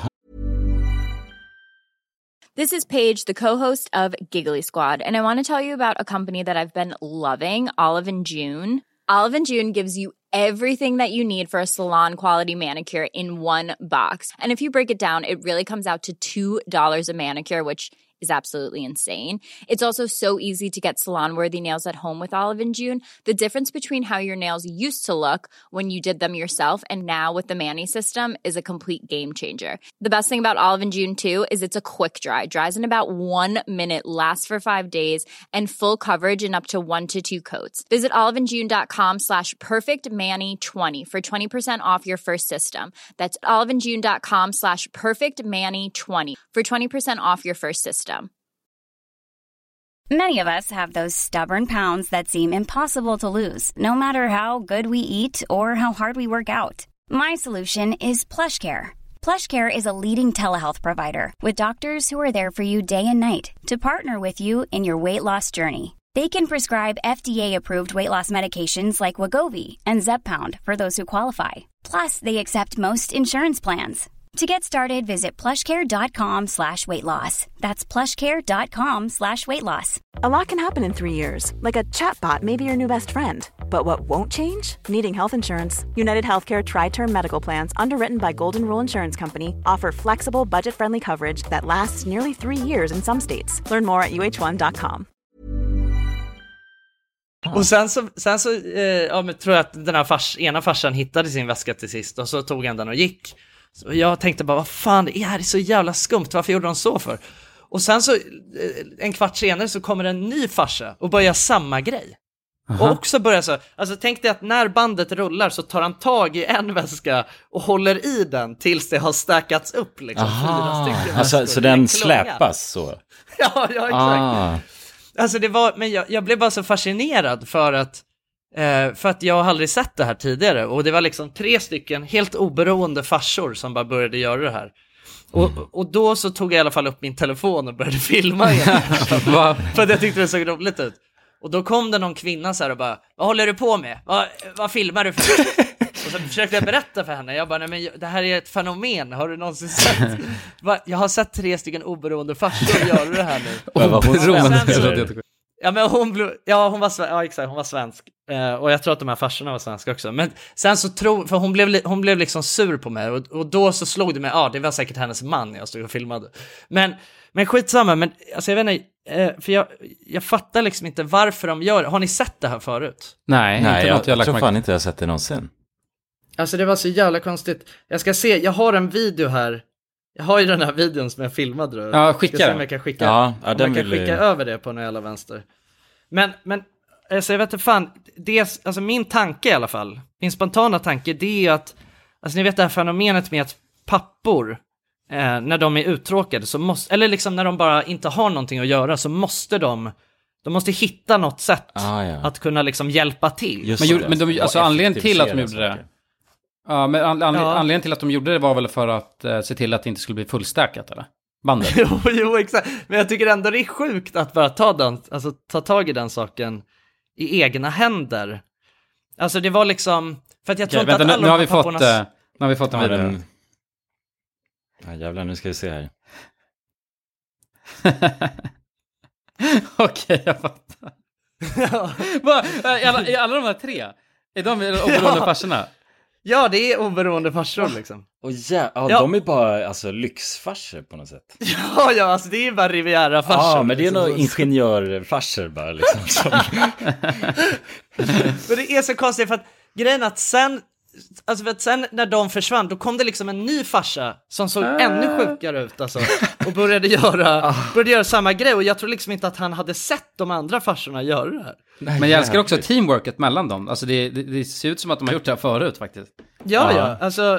This is Paige, the co-host of Giggly Squad, and I want to tell you about a company that I've been loving, Olive & June. Olive & June gives you everything that you need for a salon-quality manicure in one box. And if you break it down, it really comes out to $2 a manicure, which is absolutely insane. It's also so easy to get salon-worthy nails at home with Olive & June. The difference between how your nails used to look when you did them yourself and now with the Mani system is a complete game changer. The best thing about Olive & June too is it's a quick dry. Dries in about 1 minute, lasts for 5 days, and full coverage in up to 1 to 2 coats. Visit oliveandjune.com/perfectmani20 for 20% off your first system. That's oliveandjune.com/perfectmani20 for 20% off your first system. Many of us have those stubborn pounds that seem impossible to lose, no matter how good we eat or how hard we work out. My solution is PlushCare. PlushCare is a leading telehealth provider with doctors who are there for you day and night to partner with you in your weight loss journey. They can prescribe FDA-approved weight loss medications like Wegovy and Zepbound for those who qualify. Plus, they accept most insurance plans. To get started, visit plushcare.com/weightloss. That's plushcare.com/weightloss. A lot can happen in 3 years, like a chatbot may be your new best friend. But what won't change? Needing health insurance. United Healthcare Tri-Term Medical Plans, underwritten by Golden Rule Insurance Company, offer flexible, budget-friendly coverage that lasts nearly 3 years in some states. Learn more at uh1.com. Och sen så tror jag att den här ena farsan hittade sin väska till sist och så tog han den och gick. Så jag tänkte bara, vad fan, det här är så jävla skumt, varför gjorde de så för? Och sen så, en kvart senare så kommer en ny farsa och börjar samma grej. Aha. Och också börjar så, alltså tänk dig att när bandet rullar så tar han tag i en väska och håller i den tills det har stackats upp liksom. 4 stycken alltså, så den släpas så? ja, exakt. Alltså det var, men jag blev bara så fascinerad för att jag har aldrig sett det här tidigare. Och det var liksom 3 stycken helt oberoende farsor som bara började göra det här. Och då så tog jag i alla fall upp min telefon och började filma igen. För att jag tyckte det såg roligt ut. Och då kom det någon kvinna så här och bara, vad håller du på med? Vad filmar du för? Och så försökte jag berätta för henne. Jag bara, nej men det här är ett fenomen. Har du någonsin sett? Jag har sett 3 stycken oberoende farsor göra det här nu. Ja, men hon var exakt, hon var svensk. Och jag tror att de här farsorna var svenska också. Men sen så för hon blev liksom sur på mig. Och då så slog det mig, det var säkert hennes man jag stod och filmade. Men skitsamma, men alltså jag vet inte, för jag fattar liksom inte varför de gör. Har ni sett det här förut? Nej, jag tror fan inte jag har sett det någonsin. Alltså det var så jävla konstigt. Jag ska se, jag har en video här. Jag har ju den här videon som jag filmade. Ja, skicka den. Om jag kan skicka, skicka över det på någon jävla vänster. Men alltså jag vet inte fan, alltså min tanke i alla fall, min spontana tanke, det är att, alltså ni vet det här fenomenet med att pappor, när de är uttråkade så måste, eller liksom när de bara inte har någonting att göra, så måste de måste hitta något sätt att kunna liksom hjälpa till. Men de, alltså anledningen till att de gjorde det. Ja, men anledningen till att de gjorde det var väl för att se till att det inte skulle bli fullstärkat, eller? Bandet. jo, exakt. Men jag tycker ändå det är sjukt att bara ta tag i den saken i egna händer. Alltså det var liksom, för att jag tror inte att alla nu har vi fått en video. Ja, jävlar, nu ska vi se här. Okej, jag fattar. Är alla de här tre? Är de oberoende farsorna? Ja, det är oberoende farsor liksom. De är bara alltså lyxfarsor på något sätt. Ja, alltså det är bara Riviera-farsor. Ja, men det är nog ingenjörfarsor bara liksom. Men det är så konstigt för att grejen att sen när de försvann, då kom det liksom en ny farsa som såg ännu sjukare ut alltså, och började göra samma grej, och jag tror liksom inte att han hade sett de andra farsorna göra det här. Men jag älskar också teamworket mellan dem. Alltså det ser ut som att de har gjort det här förut faktiskt. Ja, alltså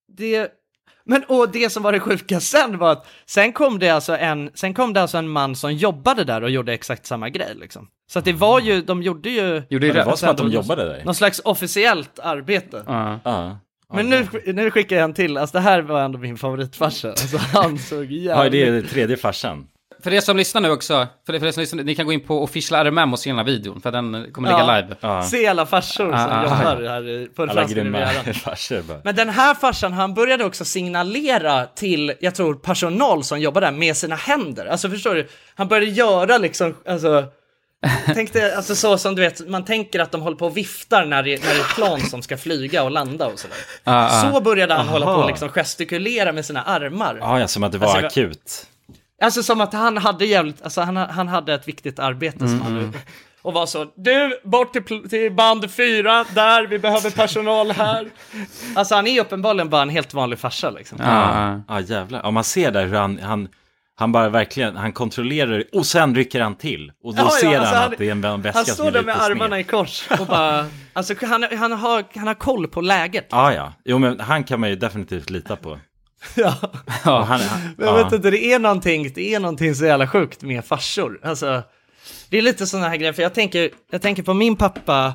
och det som var det sjuka sen var att sen kom det alltså en man som jobbade där och gjorde exakt samma grej liksom. Så att det var ju, de gjorde det var som att de jobbade där. Någon slags officiellt arbete. Men nu skickar jag en till. Alltså det här var ändå min favoritfarsa. Alltså han såg jävligt. Ja, det är tredje farsan. För er som lyssnar nu också, för er som lyssnar, ni kan gå in på Official RMM och se den här videon, för den kommer ligga live. Se alla farsor som jobbar här på alla grymma farsor bara. Men den här farsan, han började också signalera till, jag tror, personal som jobbar där med sina händer. Alltså förstår du? Han började göra liksom, alltså tänkte, alltså så som du vet, man tänker att de håller på och viftar när det är plan som ska flyga och landa och sådär. Så började han hålla på och liksom gestikulera med sina armar. Ja, som att det var akut. Alltså som att han hade han hade ett viktigt arbete som han och var så, du, bort till band 4, där, vi behöver personal här. Alltså han är uppenbarligen bara en helt vanlig farsa liksom. Ja, jävlar. Ja, man ser där hur han bara verkligen, han kontrollerar och sen rycker han till. Och då ser alltså han att det är en väska. Han står där med armarna i kors och bara, alltså han har koll på läget. Ja. Jo, men han kan man ju definitivt lita på. Ja. Men jag vet inte, det är någonting så jävla sjukt med farsor. Alltså, det är lite sådana här grejer, för jag tänker på min pappa.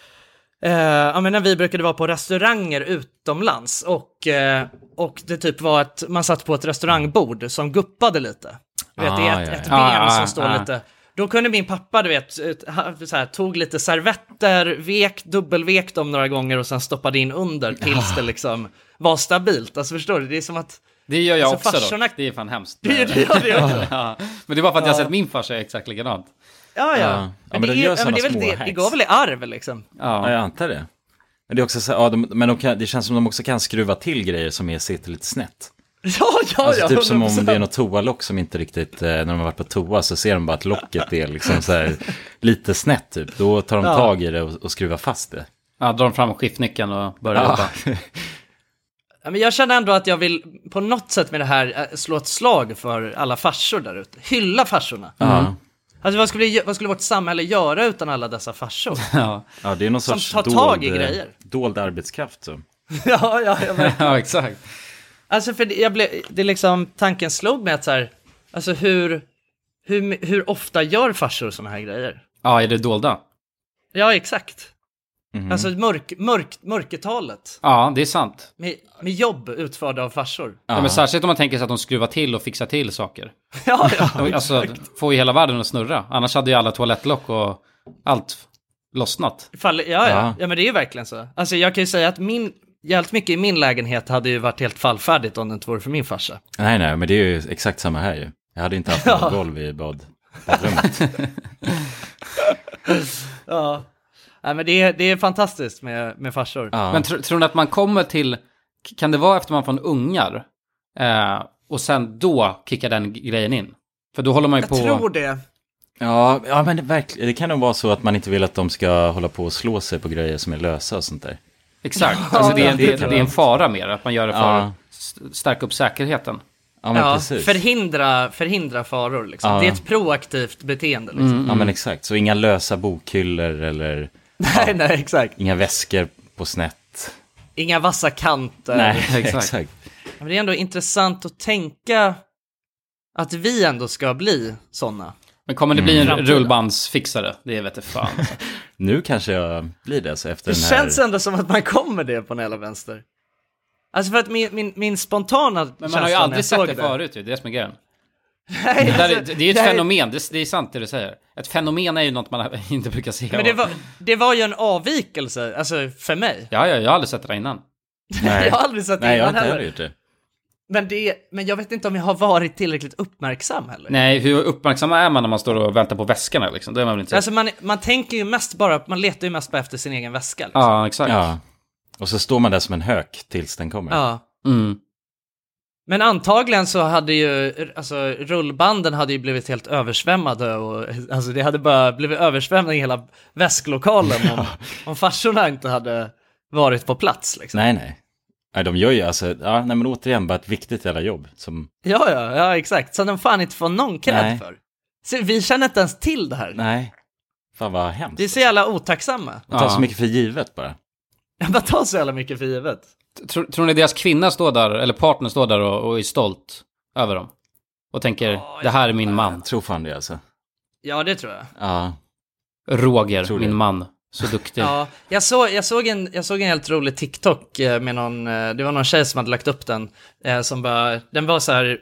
Men när vi brukade vara på restauranger utomlands och det typ var att man satt på ett restaurangbord som guppade lite. Du vet, det är ett ben som står lite. Då kunde min pappa, du vet, så här, tog lite servetter, dubbelvek dem några gånger och sen stoppade in under tills det liksom var stabilt. Alltså förstår du, det är som att... Det gör jag alltså, också farsorna... dock. Det är fan hemskt. Det också. Men det är bara för att jag har sett min farsa exakt likadant. Ja. Men det går väl i arv liksom. Ja, jag antar det. Men det är också så, det känns som de också kan skruva till grejer som sitter lite snett. Ja, typ som om det är något toalock som inte riktigt, när de har varit på toa så ser de bara att locket är liksom så här lite snett typ. Då tar de tag i det och skruvar fast det. Ja, drar de fram skiftnyckeln och börjar jobba. Men jag känner ändå att jag vill på något sätt med det här slå ett slag för alla farsor där ute. Hylla farsorna. Alltså vad skulle vårt samhälle göra utan alla dessa farsor? Ja, det är någon sorts som tar tag i grejer. Dold arbetskraft så. Ja, exakt. Alltså för det liksom, tanken slog mig att så här, alltså hur ofta gör farsor såna här grejer? Ja, är det dolda? Ja, exakt. Alltså mörkertalet. Ja, det är sant. Med jobb utförda av farsor. Ja, men särskilt om man tänker sig att de skruvar till och fixar till saker. Ja, alltså får ju hela världen att snurra. Annars hade ju alla toalettlock och allt lossnat. Ja, men det är ju verkligen så. Alltså jag kan ju säga att jävligt mycket i min lägenhet hade ju varit helt fallfärdigt om det inte vore för min farsa. Nej, men det är ju exakt samma här ju. Jag hade inte haft något golv i bad. Ja. Nej, men det är fantastiskt med farsor. Ja. Men tror ni att man kommer till, kan det vara efter man får en ungar och sen då kickar den grejen in? För då håller man ju på... Jag tror det. Ja, men det kan nog vara så att man inte vill att de ska hålla på och slå sig på grejer som är lösa och sånt där. Exakt, alltså det är en fara mer, att man gör det för att stärka upp säkerheten. Ja, men precis. Förhindra faror liksom. Det är ett proaktivt beteende liksom. Ja, men exakt. Så inga lösa bokhyllor eller... Nej, exakt. Inga väskor på snett. Inga vassa kanter. Nej, exakt. Men det är ändå intressant att tänka att vi ändå ska bli sådana. Men kommer det bli en rullbandsfixare? Det vet jag fan. Nu kanske jag blir det så efter det den här... känns ändå som att man kommer det på en hela vänster. Alltså för att min spontana känsla... Men man har ju aldrig sett det förut, det är det som är grejen. Det är ett fenomen, det är sant det du säger. Ett fenomen är ju något man inte brukar se. Men det var ju en avvikelse, alltså för mig. Ja, jag har aldrig sett det innan. Nej. Jag har aldrig sett det innan heller. Gjort det. Men jag vet inte om jag har varit tillräckligt uppmärksam heller. Nej, hur uppmärksam är man när man står och väntar på väskorna liksom? Det är man väl inte. Alltså man tänker ju mest bara, man letar ju mest bara efter sin egen väska liksom. Ja, exakt. Ja. Och så står man där som en hök tills den kommer. Ja. Mm. Men antagligen så hade ju, alltså rullbanden hade ju blivit helt översvämmade och alltså det hade bara blivit översvämning i hela väsklokalen om farsorna inte hade varit på plats liksom. Nej, de gör ju alltså, men återigen bara ett viktigt jävla jobb som... Ja, exakt. Så de fan inte får någon cred för. Så vi känner inte ens till det här. Nej, fan vad hemskt. Det är så jävla otacksamma. Man tar så mycket för givet bara. Man tar så jävla mycket för givet. Tror ni deras kvinna står där, eller partner står där och är stolt över dem? Och tänker, det här är min man. Jag tror fan det alltså. Ja, det tror jag. Ja. Roger, min man. Så duktig. Ja, jag såg en helt rolig TikTok med det var någon tjej som hade lagt upp den som bara, den var så här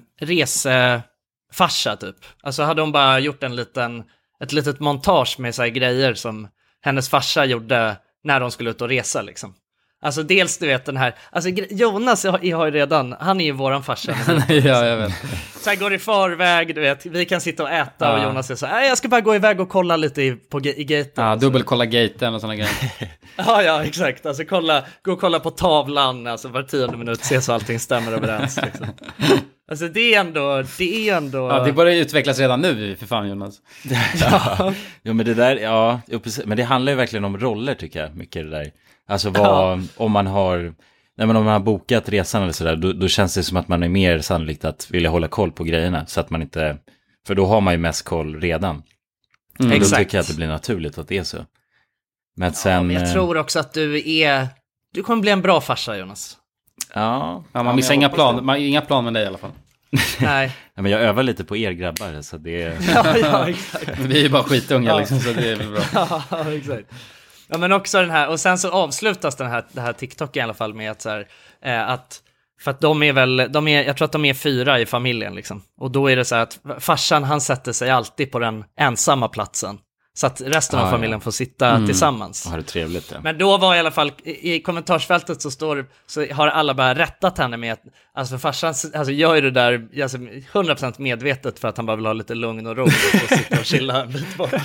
resefarsa typ. Alltså hade hon bara gjort ett litet montage med så här grejer som hennes farsa gjorde när de skulle ut och resa liksom. Alltså dels du vet den här, alltså Jonas har ju redan, han är ju våran farsa. Ja, jag vet. Så här går i förväg, du vet, vi kan sitta och äta och Jonas är så här, jag ska bara gå iväg och kolla lite i gaten. Ja, dubbelkolla gaten och sådana grejer. Ja, exakt. Alltså gå och kolla på tavlan, alltså var 10:e minut, se så allting stämmer överens liksom. Alltså det är ändå... Ja, det börjar utvecklas redan nu, för fan Jonas. Ja, men det där, men det handlar ju verkligen om roller tycker jag, mycket det där. Alltså om man har bokat resan eller sådär, då känns det som att man är mer sannolikt att vilja hålla koll på grejerna, så att man inte, för då har man ju mest koll redan. Då tycker jag att det blir naturligt att det är så. Men sen... men jag tror också att du kommer bli en bra farsa, Jonas. Ja, man missar inga plan med dig i alla fall. Nej. Ja, men jag övar lite på er grabbar, så det... ja, exakt. Vi är ju bara skitunga liksom, så det är väl bra. Ja, exakt. Ja, men också den här, och sen så avslutas det här TikTok i alla fall med att så här, för att jag tror att de är 4 i familjen liksom. Och då är det så här att farsan, han sätter sig alltid på den ensamma platsen. Så att resten av familjen får sitta tillsammans. Har det trevligt, ja. Men då var i alla fall, i kommentarsfältet så har alla bara rättat henne med att, alltså farsan alltså gör ju det där alltså 100% medvetet för att han bara vill ha lite lugn och ro och sitta och chilla en bit bort.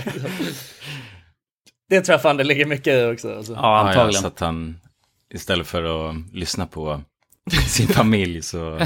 Det tror jag fan det ligger mycket i också. Alltså. Ja, antagligen. Ja, så att han istället för att lyssna på sin familj så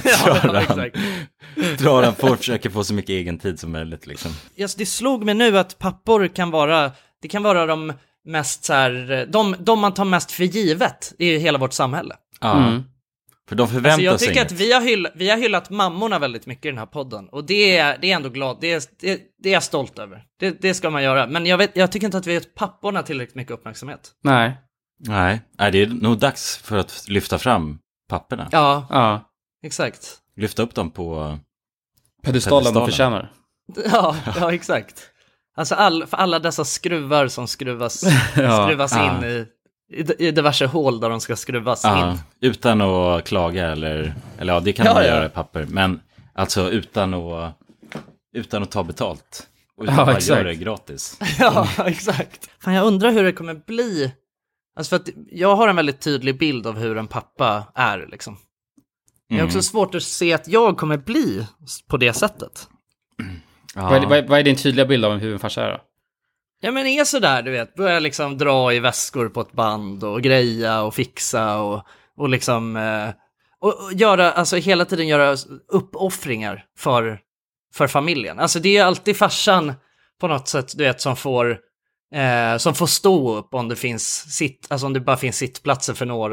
drar han på och försöker få så mycket egen tid som möjligt liksom. Yes, det slog mig nu att pappor kan vara de mest så här, de man tar mest för givet i hela vårt samhälle. Ja. För de förväntar sig jag tycker inget. att vi har hyllat mammorna väldigt mycket i den här podden. Och det är ändå glad. Det är jag stolt över. Det ska man göra. Men jag tycker inte att vi har gett papporna tillräckligt mycket uppmärksamhet. Nej, det är nog dags för att lyfta fram papporna. Ja. Exakt. Lyfta upp dem på pedestalen de förtjänar. Ja, exakt. Alltså för alla dessa skruvar som skruvas in i diverse hål där de ska skruvas in. Utan att klaga eller ja, det kan man göra i papper. Men alltså utan att ta betalt. Och utan att bara göra det gratis. Ja, exakt. Fan, jag undrar hur det kommer bli. Alltså för att jag har en väldigt tydlig bild av hur en pappa är liksom. Det är också svårt att se att jag kommer bli på det sättet. Ja. Vad är din tydliga bild av hur en farsa är då? Ja men är sådär, du vet, börjar liksom dra i väskor på ett band och greja och fixa och liksom och göra, alltså hela tiden göra uppoffringar för familjen. Alltså det är alltid farsan på något sätt, du vet, som får stå upp om det finns om det bara finns sittplatser för några.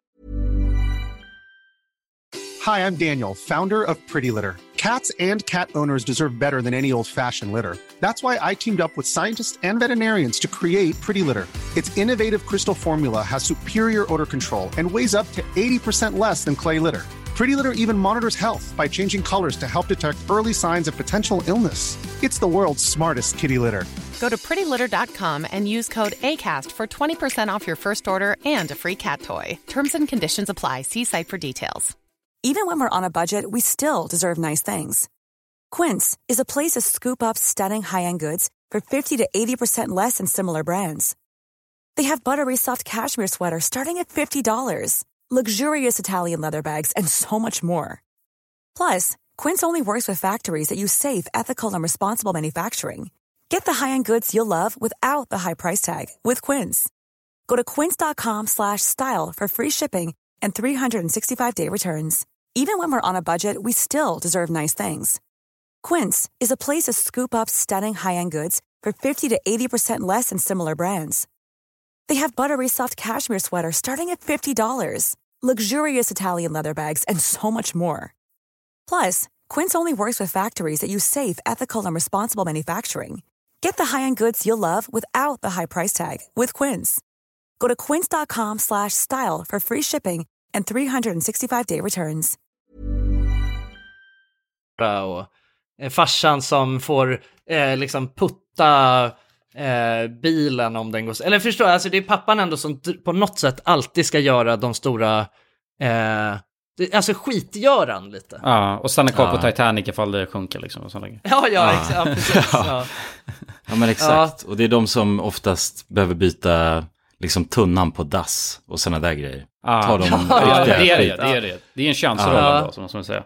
Hi, I'm Daniel, founder of Pretty Litter. Cats and cat owners deserve better than any old-fashioned litter. That's why I teamed up with scientists and veterinarians to create Pretty Litter. Its innovative crystal formula has superior odor control and weighs up to 80% less than clay litter. Pretty Litter even monitors health by changing colors to help detect early signs of potential illness. It's the world's smartest kitty litter. Go to prettylitter.com and use code ACAST for 20% off your first order and a free cat toy. Terms and conditions apply. See site for details. Even when we're on a budget, we still deserve nice things. Quince is a place to scoop up stunning high-end goods for 50 to 80% less than similar brands. They have buttery soft cashmere sweaters starting at $50, luxurious Italian leather bags, and so much more. Plus, Quince only works with factories that use safe, ethical, and responsible manufacturing. Get the high-end goods you'll love without the high price tag with Quince. Go to quince.com/style for free shipping and 365-day returns. Even when we're on a budget, we still deserve nice things. Quince is a place to scoop up stunning high-end goods for 50 to 80% less than similar brands. They have buttery soft cashmere sweaters starting at $50, luxurious Italian leather bags, and so much more. Plus, Quince only works with factories that use safe, ethical, and responsible manufacturing. Get the high-end goods you'll love without the high price tag with Quince. Go to quince.com/style for free shipping and 365-day returns. Och farsan som får liksom putta bilen om den går. Eller förstår jag, alltså det är pappan ändå som på något sätt alltid ska göra de stora alltså skitgöran lite. Ja, och stanna kvar på Titanic ifall det sjunker liksom och sånt. Ja, precis. Ja. Ja men exakt, och det är de som oftast behöver byta liksom tunnan på dass och såna där grejer. Ta dem det är en könsroll då, som man säger.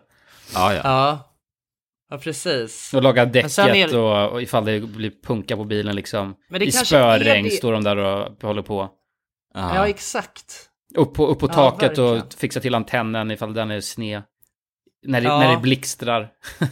Ja, precis. Och laga däcket och ifall det blir punka på bilen liksom. Men i spöregn står de där och håller på. Ja, exakt. Upp på taket verkligen. Och fixa till antennen ifall den är sned. När det blixtrar.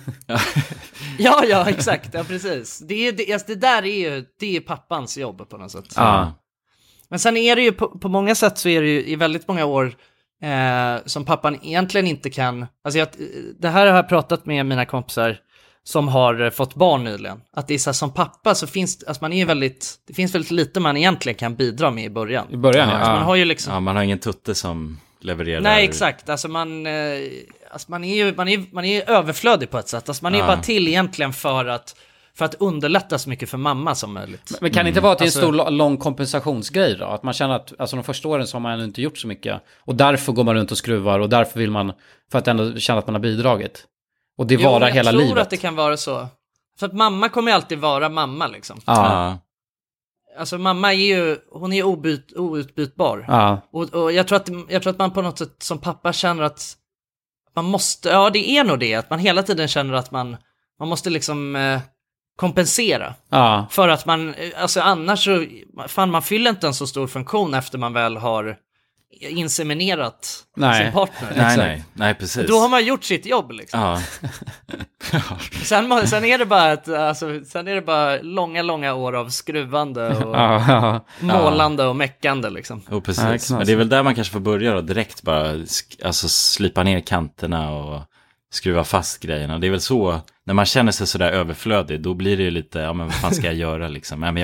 ja, exakt. Ja, precis. Det där är pappans jobb på något sätt. Ja. Men sen är det ju på många sätt så är det ju i väldigt många år som pappan egentligen inte kan. Alltså det här har jag pratat med mina kompisar som har fått barn nyligen. Att det är så här, som pappa så finns alltså man är ju det finns väldigt lite man egentligen kan bidra med i början. Alltså man har ju liksom man har ingen tutte som levererar. Nej, exakt. Alltså man är ju överflödig på ett sätt. Alltså man är bara till egentligen för att underlätta så mycket för mamma som möjligt. Men kan det inte vara till en stor lång kompensationsgrej då? Att man känner att alltså, de första åren så har man inte gjort så mycket. Och därför går man runt och skruvar och därför vill man, för att ändå känna att man har bidragit. Och det varar hela livet. Jag tror att det kan vara så. För att mamma kommer ju alltid vara mamma liksom. Ja. Alltså mamma hon är outbytbar. Ja. Och jag tror att man på något sätt som pappa känner att man måste, det är nog det. Att man hela tiden känner att man måste liksom kompensera. Ja. För att man, alltså annars så, man fyller inte en så stor funktion efter man väl har inseminerat sin partner. Nej, precis. Då har man gjort sitt jobb liksom. Ja. sen är det bara långa år av skruvande och målande och meckande liksom. Oh, precis. Men det är väl där man kanske får börja då, direkt bara alltså slipa ner kanterna och skruva fast grejerna. Det är väl så, när man känner sig sådär överflödig, då blir det ju lite, men vad fan ska jag göra liksom? Men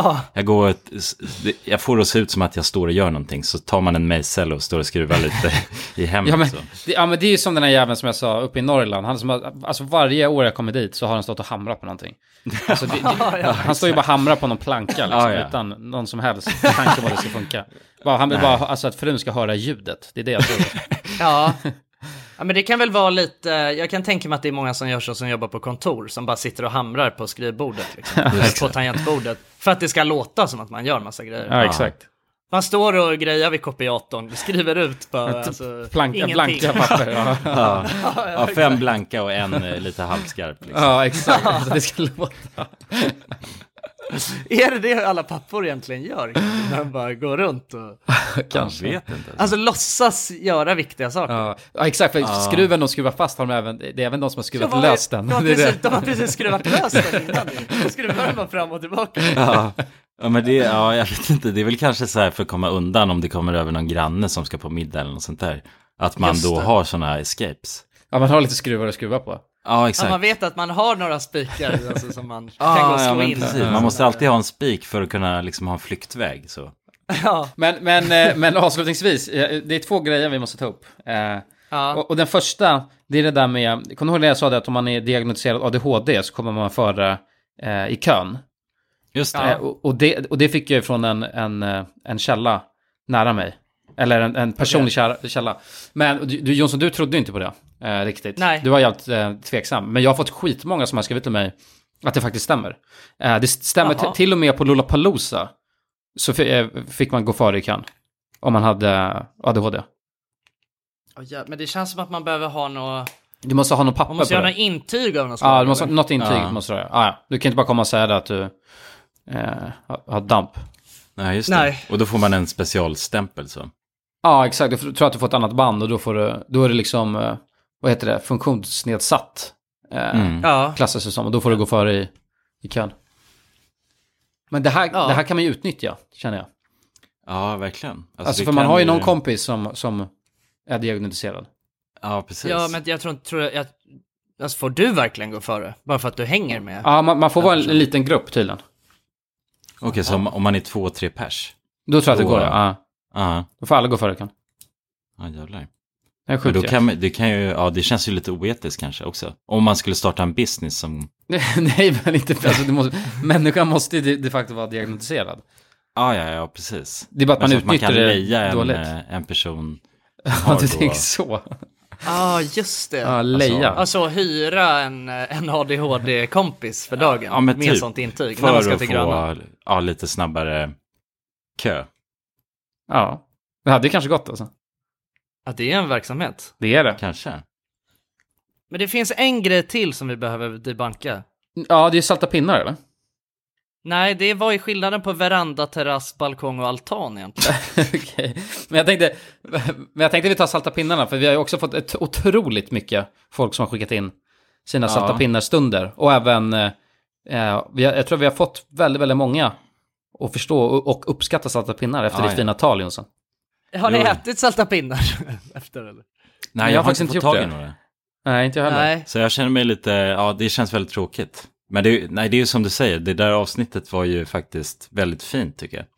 jag får det att se ut som att jag står och gör någonting, så tar man en mejsel och står och skruvar lite i hemmet. Men det är ju som den här jäveln som jag sa uppe i Norrland. Alltså varje år jag kommer dit så har han stått och hamrat på någonting. Alltså han står ju bara hamra på någon planka liksom, utan någon som helst tanke vad det ska funka. Han vill bara alltså, att frun ska höra ljudet. Det är det jag tror. Ja, men det kan väl vara lite, jag kan tänka mig att det är många som gör så, som jobbar på kontor, som bara sitter och hamrar på skrivbordet liksom, på tangentbordet, för att det ska låta som att man gör massa grejer. Ja, exakt. Man står och grejer vid kopiatorn, skriver ut på alltså, blanka papper. Ja, 5 blanka och en lite halvskarp. Liksom. Ja, exakt. Det skulle låta. Är det alla pappor egentligen gör? När de bara går runt och... Kanske. Jag vet inte. Alltså låtsas göra viktiga saker. Ja, exakt. För skruven de skruvar fast har de även... Det är även de som har skruvat lös den. De har precis skruvat lös den innan. De skruvar den bara fram och tillbaka. Ja, men jag vet inte. Det är väl kanske så här för att komma undan om det kommer över någon granne som ska på middag eller något sånt där. Att man då har såna här escapes. Ja, man har lite skruvar att skruva på. Ja, exakt. Ja, man vet att man har några spikar alltså, som man kan gå och slå in. Precis. Man måste alltid ha en spik för att kunna liksom ha en flyktväg. Så. Ja. Men avslutningsvis, det är 2 grejer vi måste ta upp. Och den första, det är det där med, kommer du ihåg det jag sa, det att om man är diagnostiserad ADHD så kommer man före i kön. Just det. Och det fick jag från en källa nära mig. Eller en personlig källa. Men du Jonsson, du trodde inte på det riktigt. Nej. Du var jävligt tveksam. Men jag har fått skitmånga som har skrivit till mig att det faktiskt stämmer. Det stämmer till och med på Lollapalooza. Så fick man gå före i kön. Om man hade ADHD. Ja, men det känns som att man behöver ha något... Du måste ha något papper på det. Man måste göra något intyg av något slag. Ja, du måste, något intyg måste du göra. Ja. Du kan inte bara komma och säga att du har damp. Nej, just det. Nej. Och då får man en specialstämpel så. Ja, exakt. Jag tror att du får ett annat band och då är det liksom, vad heter det, funktionsnedsatt. Klassas det som. Och då får du gå före i kön. Men det här kan man ju utnyttja, känner jag. Ja, verkligen. Alltså för man har ju någon kompis som är diagnostiserad. Ja, precis. Ja, men jag tror jag alltså får du verkligen gå före? Bara för att du hänger med? Ja, man får vara en liten grupp tydligen. Okej, så om man är 2-3 pers? Då tror jag att det går, ja. Då får alla gå före kan. Ja, jävlar. Det är sjukt. Men då kan ju, det känns ju lite oetiskt kanske också. Om man skulle starta en business som... Nej, men inte. Alltså, människan måste ju de facto vara diagnostiserad. Ja, precis. Det är bara att man utnyttjar det dåligt. En person. Ja, du tänker så. Just det. Ja, leja. Alltså hyra en ADHD-kompis för dagen. Ja, men med sånt intyg. När man ska till grannen. Lite snabbare kö. Ja, det hade kanske gått alltså. Att det är en verksamhet. Det är det. Kanske. Men det finns en grej till som vi behöver debanka. Ja, det är salta pinnar eller? Nej, det var ju skillnaden på veranda, terrass, balkong och altan egentligen. Okej. Men jag tänkte vi tar salta pinnarna, för vi har ju också fått ett otroligt mycket folk som har skickat in sina salta pinnar-stunder. Och även, jag tror vi har fått väldigt, väldigt många att förstå och uppskatta salta pinnar efter ditt fina tal, Jonsson. Har ni ätit salta pinnar efter eller? Nej, jag har faktiskt inte fått tag i några. Nej, inte jag heller. Nej. Så jag känner mig lite, det känns väldigt tråkigt. Men det är ju som du säger, det där avsnittet var ju faktiskt väldigt fint tycker jag.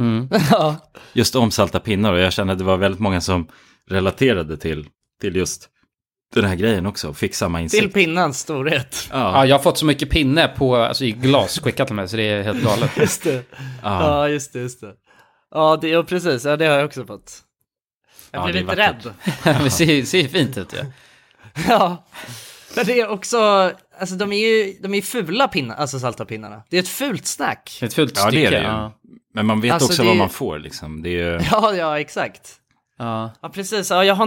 Just om salta pinnar, och jag känner att det var väldigt många som relaterade till just den här grejen också, och fick samma insikt. Till pinnans storhet. Ja, jag har fått så mycket pinne i glas skickat till mig, så det är helt galet. Just det. Ja, just det. Ja, precis. Ja, det har jag också fått. Jag blir lite rädd. Det ser fint ut, ja. Ja. Men det är också, alltså de är ju fula pinnar, alltså salta pinnarna. Det är ett fult snack. Ett fult stycke, det är det ju. Ja. Men man vet alltså också vad man får liksom. Det är ju... Ja, exakt. Ja, precis. Ja, jag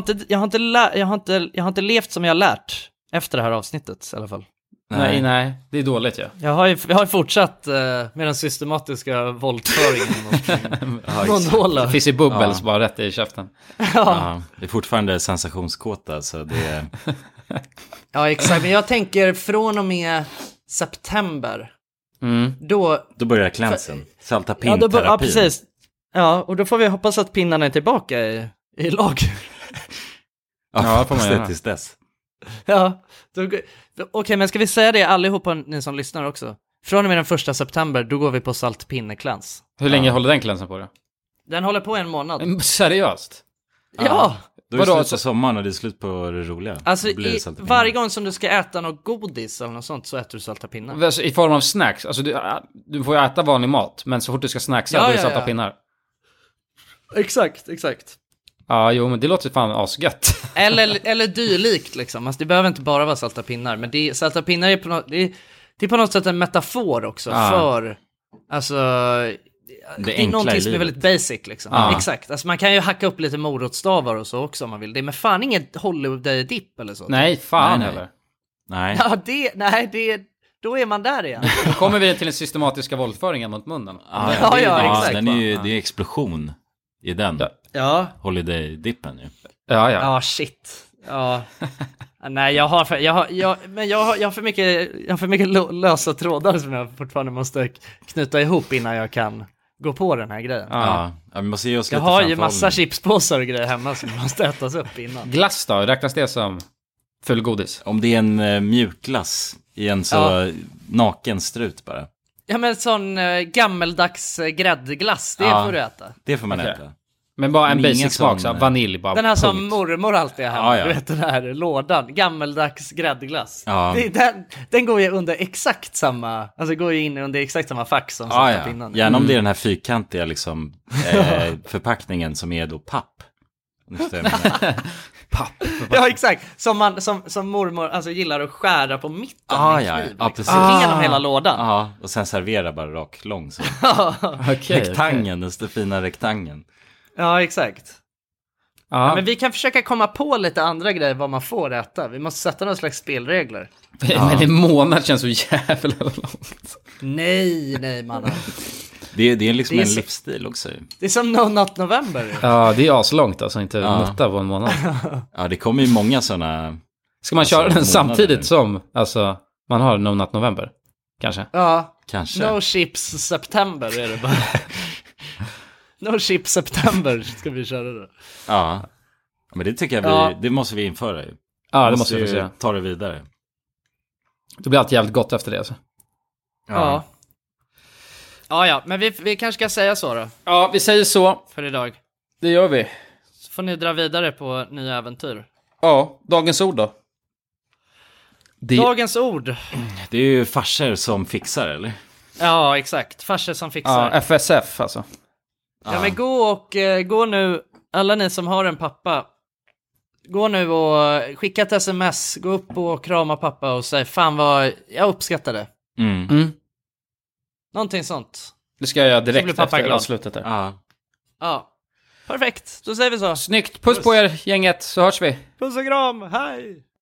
har inte levt som jag har lärt efter det här avsnittet i alla fall. Nej, det är dåligt ja. Jag har fortsatt med den systematiska våldföringen mot det finns ju bubbels bara rätt i käften. Ja, det är fortfarande sensationskåta, så det är... Ja, exakt. Men jag tänker från och med september. Då börjar klänsen. Salta pinnterapi. Ja, precis. Ja, och då får vi hoppas att pinnarna är tillbaka i lag. Ja, får man göra. Tills dess. Ja, okej, men ska vi säga det allihopa, ni som lyssnar också? Från och med den 1 september, då går vi på salt pinnekläns. Hur länge håller den klänsen på det? Den håller på 1 månad. Seriöst? Ja. Då är det slut på sommaren och det är slut på det roliga. Alltså varje gång som du ska äta något godis eller något sånt så äter du salta pinnar. Alltså, i form av snacks? Alltså du får ju äta vanlig mat, men så fort du ska snacksa då är det salta pinnar. Exakt. Ja, jo, men det låter fan asgött. eller dyrlikt liksom. Alltså, det behöver inte bara vara salta pinnar, men salta pinnar är på något sätt en metafor också för, alltså, det är någonting som är väldigt basic liksom. Exakt, alltså man kan ju hacka upp lite morotstavar och så också om man vill. Det är med fan inget Hollywood-dipp eller så. Nej, fan heller. Nej. Ja, då är man där igen. Då kommer vi till den systematiska våldföringen mot munnen. Ja, exakt. Den är ju, det är explosion i den. Ja. Holiday-dippen ju. Ja, shit. Ja. Nej, jag har för mycket lösa trådar som jag fortfarande måste knyta ihop innan jag kan gå på den här grejen. Ja, vi måste ge oss jag lite har ju massa chipspåsar och grejer hemma som måste ätas upp innan. Glass då, räknas det som fullgodis? Om det är en mjukglass i en så naken strut bara. Ja, men sån gammeldags gräddglass, det får du äta. Det får man äta. Men bara en basic smak, så vanilj bara. Den här som mormor alltid har hemma, du vet den här lådan, gammeldags gräddglass. Ja. Den går ju under exakt samma, alltså går ju in under exakt samma fack som pinnen. Gärna om det är den här fyrkantiga liksom, förpackningen som är då papp. Papp. Ja, exakt. Som mormor alltså gillar att skära på mitten med kniv. Ja, precis. Genom hela lådan. Ja, och sen servera bara rak lång så. Rektangeln, den fina rektangeln. Ja, exakt. Ja, men vi kan försöka komma på lite andra grejer vad man får äta. Vi måste sätta några slags spelregler. Men en månad känns så jävla långt. Nej, mannen. Det är liksom en livsstil också. Det är som No Not November. Ja, det är aslångt alltså, inte nutta på en månad. Ja, det kommer ju många sådana. Ska man köra den samtidigt som alltså, man har No Not November? Kanske? Ja, kanske. No Chips September är det bara. No Chips September ska vi köra då. Ja, men det tycker jag det måste vi införa ju. Ja, det måste vi säga. Ta det vidare. Det blir alltid jävligt gott efter det alltså. Ja, men vi kanske ska säga så då. Ja, vi säger så. För idag. Det gör vi. Så får ni dra vidare på nya äventyr. Ja, dagens ord då? Dagens ord. Det är ju farser som fixar, eller? Ja, exakt. Farser som fixar. Ja, FSF alltså. Ja, men gå nu, alla ni som har en pappa. Gå nu och skicka ett sms. Gå upp och krama pappa och säg fan vad jag uppskattar det. Någonting sånt. Det ska jag göra direkt efter glad. Slutet där. Ja, perfekt. Då säger vi så. Snyggt. Puss på er, gänget, så hörs vi. Puss och kram, hej!